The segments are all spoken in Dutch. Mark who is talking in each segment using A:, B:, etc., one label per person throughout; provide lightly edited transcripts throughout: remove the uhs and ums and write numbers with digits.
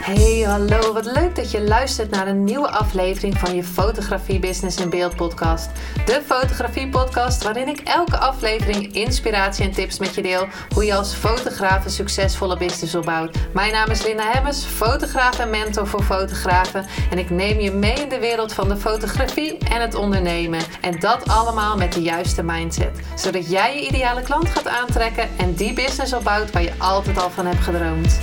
A: Hey, hallo. Wat leuk dat je luistert naar een nieuwe aflevering van je Fotografie Business in Beeld podcast. De fotografie podcast waarin ik elke aflevering inspiratie en tips met je deel hoe je als fotograaf een succesvolle business opbouwt. Mijn naam is Linda Hemmers, fotograaf en mentor voor fotografen. En ik neem je mee in de wereld van de fotografie en het ondernemen. En dat allemaal met de juiste mindset. Zodat jij je ideale klant gaat aantrekken en die business opbouwt waar je altijd al van hebt gedroomd.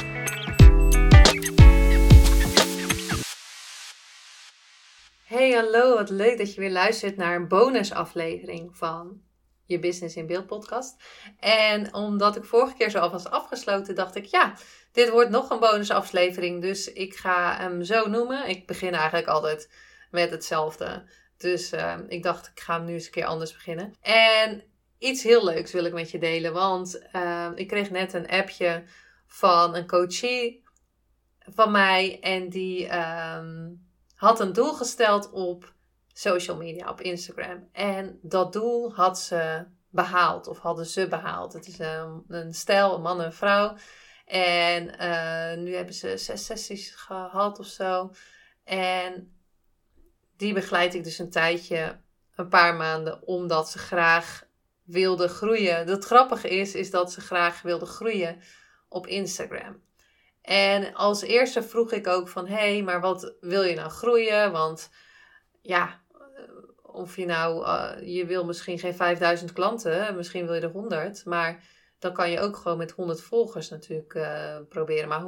A: Hey, hallo, wat leuk dat je weer luistert naar een bonusaflevering van je Business in Beeld podcast. En omdat ik vorige keer zo alvast afgesloten, dacht ik, ja, dit wordt nog een bonusaflevering. Dus ik ga hem zo noemen. Ik begin eigenlijk altijd met hetzelfde. Dus ik dacht, ik ga hem nu eens een keer anders beginnen. En iets heel leuks wil ik met je delen. Want ik kreeg net een appje van een coachie van mij. En die had een doel gesteld op social media, op Instagram. En dat doel had ze behaald, of hadden ze behaald. Het is een stel, een man en een vrouw. En nu hebben ze 6 sessies gehad of zo. En die begeleid ik dus een paar maanden, omdat ze graag wilde groeien. Het grappige is dat ze graag wilde groeien op Instagram. En als eerste vroeg ik ook van, hey, maar wat wil je nou groeien? Want ja, of je nou, je wil misschien geen 5000 klanten, misschien wil je er 100. Maar dan kan je ook gewoon met 100 volgers natuurlijk proberen. Maar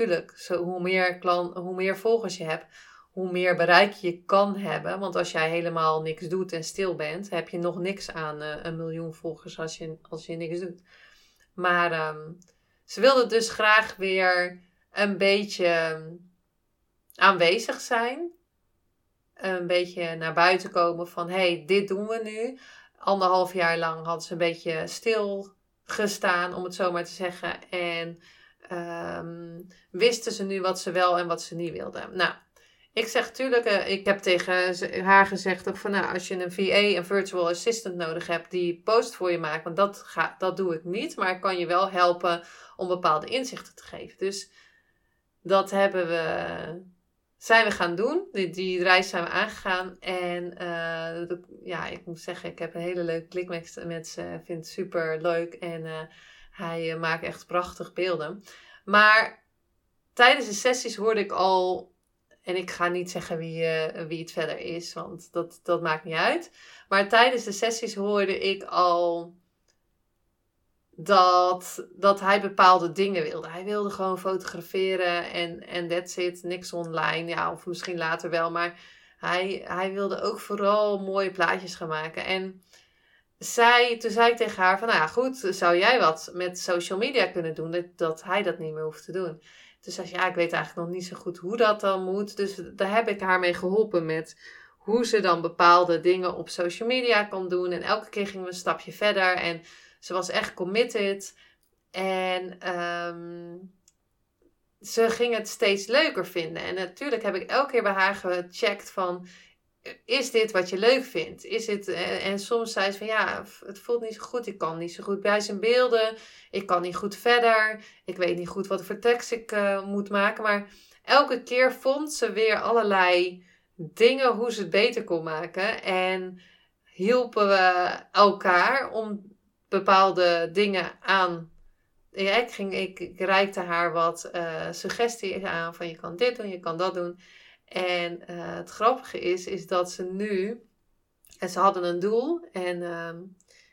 A: hoe meer volgers je hebt, hoe meer bereik je kan hebben. Want als jij helemaal niks doet en stil bent, heb je nog niks aan 1 miljoen volgers als je niks doet. Maar ze wilde dus graag weer een beetje aanwezig zijn. Een beetje naar buiten komen van, hey, dit doen we nu. 1,5 jaar lang hadden ze een beetje stil gestaan, om het zo maar te zeggen. En wisten ze nu wat ze wel en wat ze niet wilden. Nou, ik zeg tuurlijk, ik heb tegen haar gezegd ook van, nou, als je een VA, een virtual assistant nodig hebt, die post voor je maakt, want dat doe ik niet, maar ik kan je wel helpen om bepaalde inzichten te geven. Dus dat zijn we gaan doen. Die reis zijn we aangegaan. En ik moet zeggen, ik heb een hele leuke klik met ze. Ik vind het super leuk. En hij maakt echt prachtige beelden. Maar tijdens de sessies hoorde ik al, en ik ga niet zeggen wie het verder is, want dat maakt niet uit. Maar tijdens de sessies hoorde ik al dat hij bepaalde dingen wilde. Hij wilde gewoon fotograferen en that's it. Niks online. Ja, of misschien later wel. Maar hij wilde ook vooral mooie plaatjes gaan maken. En toen zei ik tegen haar van, nou ja, goed, zou jij wat met social media kunnen doen? Dat hij dat niet meer hoeft te doen. Toen zei ze, ja, ik weet eigenlijk nog niet zo goed hoe dat dan moet. Dus daar heb ik haar mee geholpen met hoe ze dan bepaalde dingen op social media kan doen. En elke keer gingen we een stapje verder. En ze was echt committed. En ze ging het steeds leuker vinden. En natuurlijk heb ik elke keer bij haar gecheckt van, is dit wat je leuk vindt? En soms zei ze van, ja, het voelt niet zo goed. Ik kan niet zo goed bij zijn beelden. Ik kan niet goed verder. Ik weet niet goed wat voor tekst ik moet maken. Maar elke keer vond ze weer allerlei dingen hoe ze het beter kon maken. En hielpen we elkaar om bepaalde dingen aan. Ja, ik reikte haar wat suggesties aan van, je kan dit doen, je kan dat doen. En het grappige is dat ze nu, en ze hadden een doel. En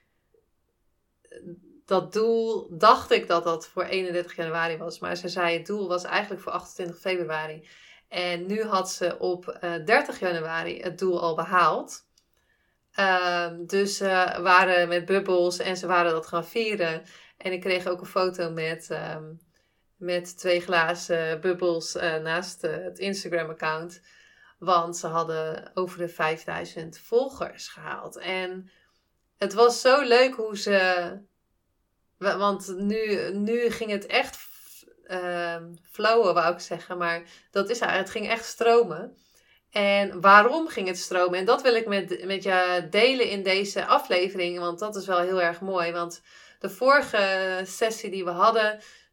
A: dat doel dacht ik dat voor 31 januari was. Maar ze zei het doel was eigenlijk voor 28 februari. En nu had ze op 30 januari het doel al behaald. Dus ze waren met bubbels en ze waren dat gaan vieren. En ik kreeg ook een foto met 2 glazen bubbels naast het Instagram-account. Want ze hadden over de 5000 volgers gehaald. En het was zo leuk hoe ze... Want nu ging het echt flowen, wou ik zeggen. Maar dat is eigenlijk, het ging echt stromen. En waarom ging het stromen? En dat wil ik met je delen in deze aflevering. Want dat is wel heel erg mooi. Want de vorige sessie die we hadden,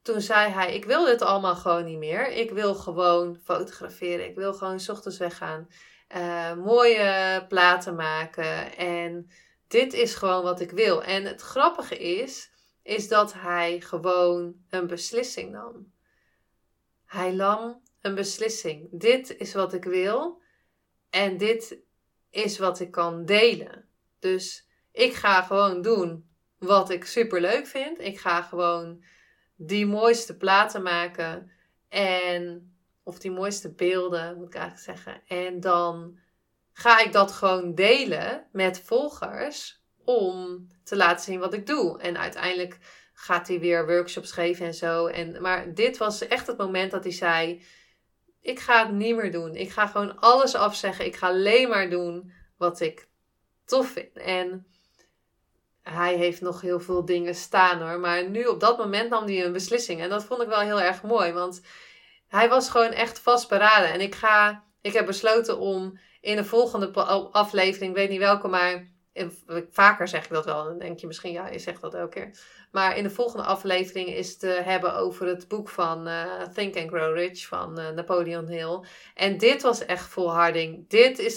A: toen zei hij, ik wil dit allemaal gewoon niet meer. Ik wil gewoon fotograferen. Ik wil gewoon 's ochtends weggaan. Mooie platen maken. En dit is gewoon wat ik wil. En het grappige is dat hij gewoon een beslissing nam. Hij nam een beslissing. Dit is wat ik wil. En dit is wat ik kan delen. Dus ik ga gewoon doen wat ik super leuk vind. Ik ga gewoon die mooiste platen maken. Of die mooiste beelden, moet ik eigenlijk zeggen. En dan ga ik dat gewoon delen met volgers om te laten zien wat ik doe. En uiteindelijk gaat hij weer workshops geven en zo. Maar dit was echt het moment dat hij zei, ik ga het niet meer doen. Ik ga gewoon alles afzeggen. Ik ga alleen maar doen wat ik tof vind. En hij heeft nog heel veel dingen staan hoor. Maar nu op dat moment nam hij een beslissing. En dat vond ik wel heel erg mooi. Want hij was gewoon echt vastberaden. En ik heb besloten om in de volgende aflevering, ik weet niet welke, maar vaker zeg ik dat wel. Dan denk je misschien, ja, je zegt dat elke keer. Maar in de volgende aflevering is te hebben over het boek van Think and Grow Rich van Napoleon Hill. En dit was echt volharding. Dit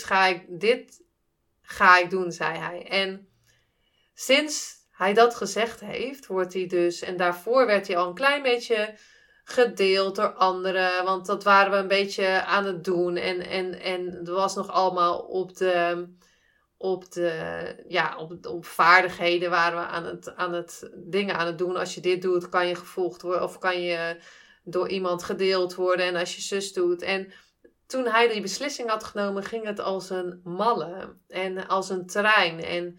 A: ga ik doen, zei hij. En sinds hij dat gezegd heeft, wordt hij dus, en daarvoor werd hij al een klein beetje gedeeld door anderen, want dat waren we een beetje aan het doen. En het was nog allemaal op vaardigheden waren we dingen aan het doen. Als je dit doet, kan je gevolgd worden of kan je door iemand gedeeld worden. En als je zus doet. En toen hij die beslissing had genomen, ging het als een malle en als een trein. En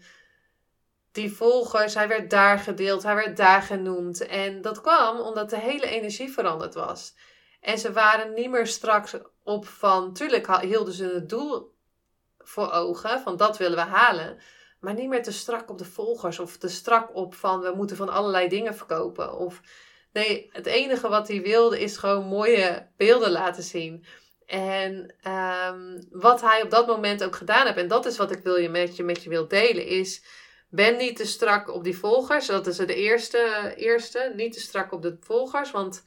A: die volgers, hij werd daar gedeeld, hij werd daar genoemd. En dat kwam omdat de hele energie veranderd was. En ze waren niet meer straks op van, tuurlijk hielden ze het doel voor ogen, van dat willen we halen. Maar niet meer te strak op de volgers of te strak op van we moeten van allerlei dingen verkopen. Nee, het enige wat hij wilde is gewoon mooie beelden laten zien. En wat hij op dat moment ook gedaan heeft, en dat is wat ik met je wil delen, is ben niet te strak op die volgers. Dat is het eerste. Niet te strak op de volgers. Want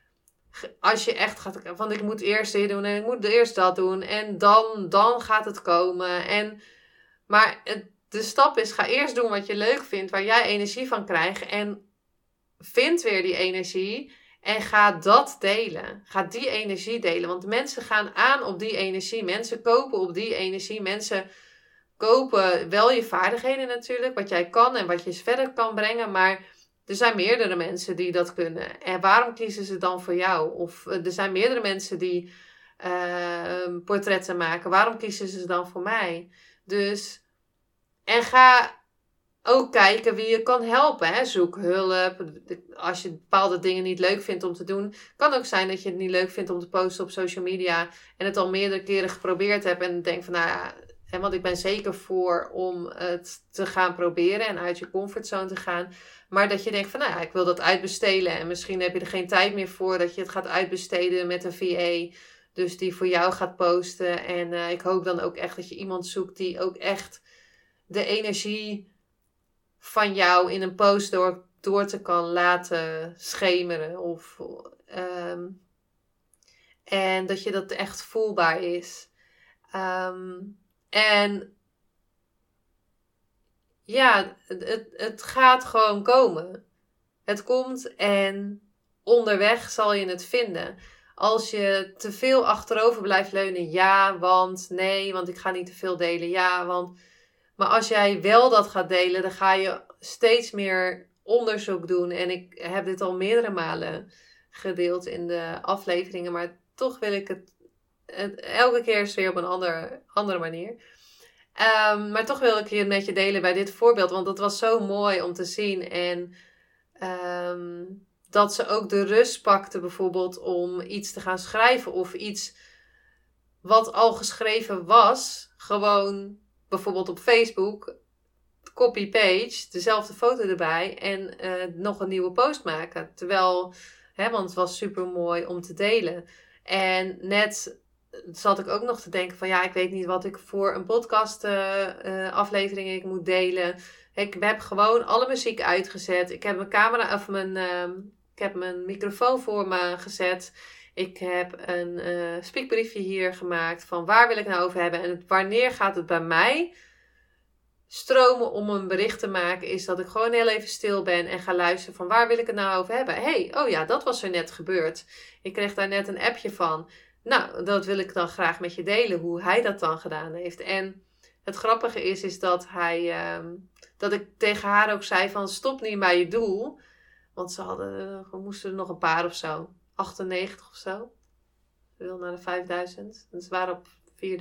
A: als je echt gaat van ik moet eerst dit doen en ik moet eerst dat doen. En dan gaat het komen. Maar de stap is, ga eerst doen wat je leuk vindt. Waar jij energie van krijgt. En vind weer die energie. En ga dat delen. Ga die energie delen. Want mensen gaan aan op die energie. Mensen kopen op die energie. Mensen kopen wel je vaardigheden natuurlijk, wat jij kan en wat je verder kan brengen, maar er zijn meerdere mensen die dat kunnen. En waarom kiezen ze dan voor jou? Of er zijn meerdere mensen die portretten maken. Waarom kiezen ze dan voor mij? Dus, en ga ook kijken wie je kan helpen. Hè? Zoek hulp. Als je bepaalde dingen niet leuk vindt om te doen. Kan ook zijn dat je het niet leuk vindt om te posten op social media. En het al meerdere keren geprobeerd hebt. En denkt van nou ja, want ik ben zeker voor om het te gaan proberen. En uit je comfortzone te gaan. Maar dat je denkt van nou ja, ik wil dat uitbesteden. En misschien heb je er geen tijd meer voor. Dat je het gaat uitbesteden met een VA. Dus die voor jou gaat posten. En ik hoop dan ook echt dat je iemand zoekt die ook echt de energie van jou in een post door te kan laten schemeren. En dat je dat echt voelbaar is. En ja, het gaat gewoon komen. Het komt en onderweg zal je het vinden. Als je te veel achterover blijft leunen, ja, want ik ga niet te veel delen, ja, want. Maar als jij wel dat gaat delen, dan ga je steeds meer onderzoek doen. En ik heb dit al meerdere malen gedeeld in de afleveringen, maar toch wil ik het elke keer is weer op een andere manier. Maar toch wil ik het met je delen bij dit voorbeeld, want het was zo mooi om te zien. En dat ze ook de rust pakte bijvoorbeeld om iets te gaan schrijven of iets wat al geschreven was, gewoon bijvoorbeeld op Facebook, copy-page, dezelfde foto erbij en nog een nieuwe post maken. Terwijl, want het was super mooi om te delen. En net zat ik ook nog te denken van ja, ik weet niet wat ik voor een podcast aflevering ik moet delen. Ik heb gewoon alle muziek uitgezet. Ik heb mijn camera of mijn Ik heb mijn microfoon voor me gezet. Ik heb een speakbriefje hier gemaakt van waar wil ik nou over hebben. En wanneer gaat het bij mij stromen om een bericht te maken, is dat ik gewoon heel even stil ben en ga luisteren van waar wil ik het nou over hebben. Oh ja, dat was er net gebeurd. Ik kreeg daar net een appje van. Nou, dat wil ik dan graag met je delen, hoe hij dat dan gedaan heeft. En het grappige is dat dat ik tegen haar ook zei van stop niet bij je doel. Want we moesten er nog een paar of zo. 98 of zo. Ze wil naar de 5000. Dus ze waren op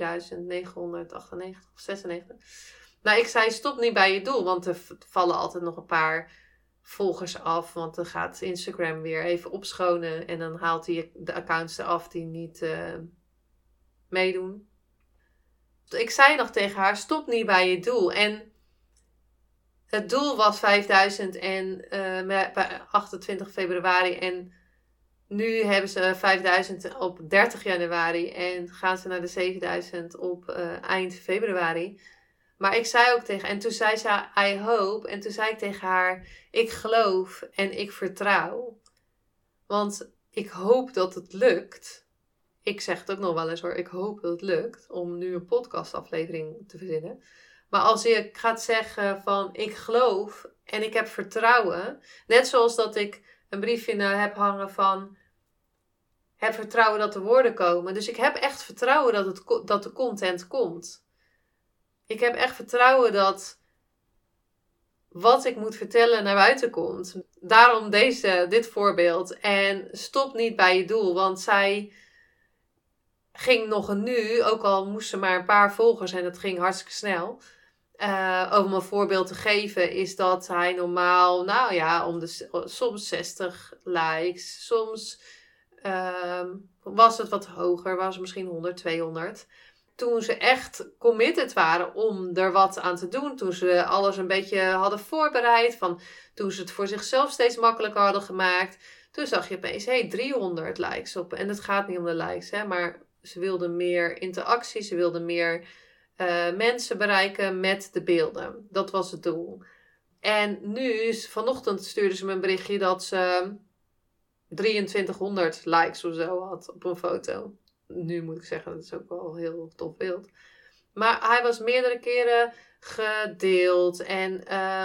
A: 4998 of 96. Nou, ik zei stop niet bij je doel. Want er vallen altijd nog een paar volgers af. Want dan gaat Instagram weer even opschonen. En dan haalt hij de accounts eraf die niet meedoen. Ik zei nog tegen haar stop niet bij je doel. En het doel was 5000 bij 28 februari. En nu hebben ze 5000 op 30 januari. En gaan ze naar de 7000 op eind februari. Maar ik zei ook tegen... En toen zei ze I hope. En toen zei ik tegen haar... Ik geloof en ik vertrouw. Want ik hoop dat het lukt. Ik zeg het ook nog wel eens hoor. Ik hoop dat het lukt. Om nu een podcastaflevering te verzinnen. Maar als je gaat zeggen van ik geloof en ik heb vertrouwen. Net zoals dat ik een briefje heb hangen van heb vertrouwen dat de woorden komen. Dus ik heb echt vertrouwen dat de content komt. Ik heb echt vertrouwen dat wat ik moet vertellen naar buiten komt. Daarom dit voorbeeld. En stop niet bij je doel. Want zij ging nog nu, ook al moest ze maar een paar volgers en het ging hartstikke snel. Om een voorbeeld te geven is dat hij normaal, soms 60 likes, soms was het wat hoger, was het misschien 100, 200. Toen ze echt committed waren om er wat aan te doen, toen ze alles een beetje hadden voorbereid, toen ze het voor zichzelf steeds makkelijker hadden gemaakt, toen zag je opeens, 300 likes op. En het gaat niet om de likes, maar ze wilden meer interactie, ze wilden meer mensen bereiken met de beelden. Dat was het doel. En nu, vanochtend stuurde ze me een berichtje dat ze 2300 likes of zo had op een foto. Nu moet ik zeggen, dat is ook wel heel tof beeld. Maar hij was meerdere keren gedeeld. En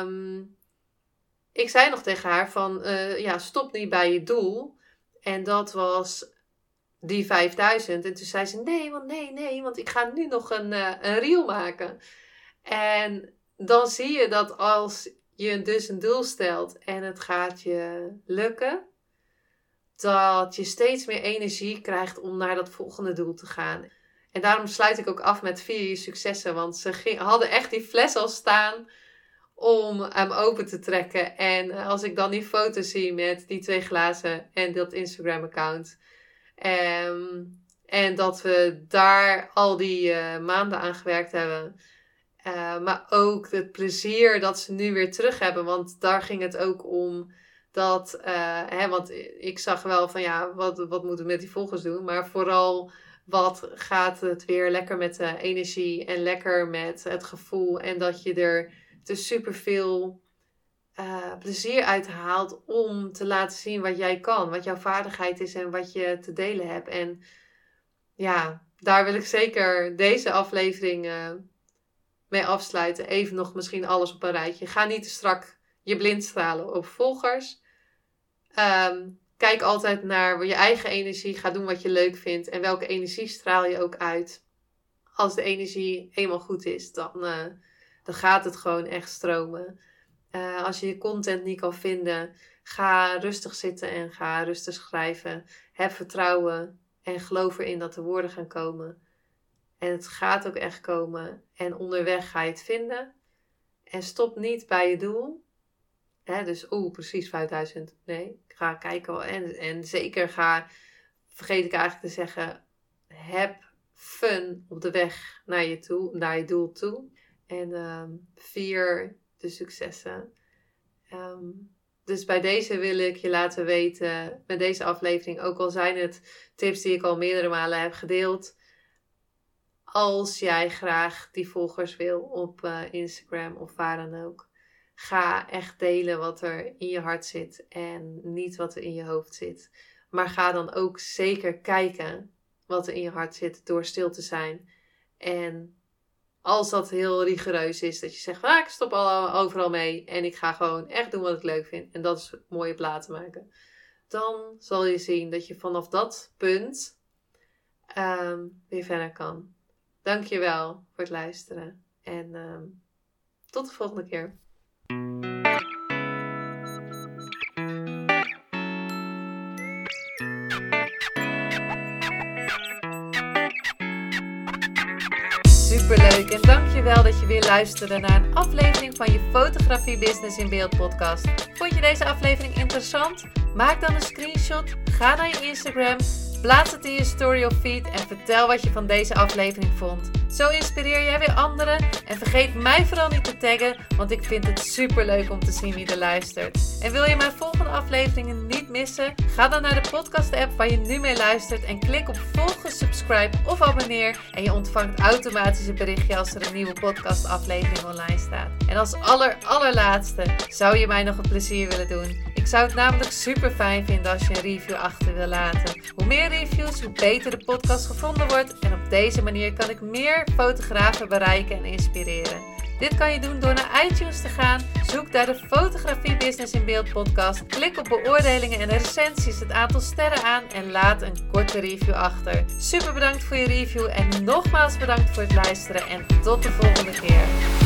A: ik zei nog tegen haar van, stop niet bij je doel. En dat was die 5000. En toen zei ze, nee, want ik ga nu nog een reel maken. En dan zie je dat als je dus een doel stelt en het gaat je lukken, dat je steeds meer energie krijgt om naar dat volgende doel te gaan. En daarom sluit ik ook af met 4 successen. Want ze hadden echt die fles al staan om hem open te trekken. En als ik dan die foto zie met die 2 glazen en dat Instagram account. En dat we daar al die maanden aan gewerkt hebben. Maar ook het plezier dat ze nu weer terug hebben. Want daar ging het ook om. Want ik zag wel van wat moeten we met die volgers doen. Maar vooral wat gaat het weer lekker met de energie. En lekker met het gevoel. En dat je er dus superveel plezier uit haalt om te laten zien wat jij kan. Wat jouw vaardigheid is en wat je te delen hebt. En ja, daar wil ik zeker deze aflevering mee afsluiten. Even nog misschien alles op een rijtje. Ga niet te strak je blind stralen op volgers. Kijk altijd naar je eigen energie. Ga doen wat je leuk vindt. En welke energie straal je ook uit. Als de energie eenmaal goed is, dan gaat het gewoon echt stromen. Als je je content niet kan vinden, ga rustig zitten en ga rustig schrijven. Heb vertrouwen en geloof erin dat de woorden gaan komen. En het gaat ook echt komen. En onderweg ga je het vinden. En stop niet bij je doel. Dus precies 5000. Nee, ga kijken. En zeker vergeet ik eigenlijk te zeggen, heb fun op de weg naar je doel toe. En vier de successen. Dus bij deze wil ik je laten weten, met deze aflevering, ook al zijn het tips die ik al meerdere malen heb gedeeld. Als jij graag die volgers wil op Instagram of waar dan ook, ga echt delen wat er in je hart zit en niet wat er in je hoofd zit. Maar ga dan ook zeker kijken wat er in je hart zit door stil te zijn. En als dat heel rigoureus is, dat je zegt, ik stop overal mee en ik ga gewoon echt doen wat ik leuk vind. En dat is mooie platen maken. Dan zal je zien dat je vanaf dat punt weer verder kan. Dankjewel voor het luisteren. En tot de volgende keer. Superleuk en dankjewel dat je weer luisterde naar een aflevering van je Fotografie Business in Beeld podcast. Vond je deze aflevering interessant? Maak dan een screenshot, ga naar je Instagram, plaats het in je story of feed en vertel wat je van deze aflevering vond. Zo inspireer jij weer anderen en vergeet mij vooral niet te taggen, want ik vind het superleuk om te zien wie er luistert. En wil je mijn volgende afleveringen niet missen? Ga dan naar de podcast app waar je nu mee luistert en klik op volgen, subscribe of abonneer en je ontvangt automatisch een berichtje als er een nieuwe podcast aflevering online staat. En als allerlaatste zou je mij nog een plezier willen doen. Ik zou het namelijk super fijn vinden als je een review achter wil laten. Hoe meer reviews, hoe beter de podcast gevonden wordt. En op deze manier kan ik meer fotografen bereiken en inspireren. Dit kan je doen door naar iTunes te gaan. Zoek daar de Fotografie Business in Beeld podcast. Klik op beoordelingen en recensies, het aantal sterren aan en laat een korte review achter. Super bedankt voor je review en nogmaals bedankt voor het luisteren en tot de volgende keer.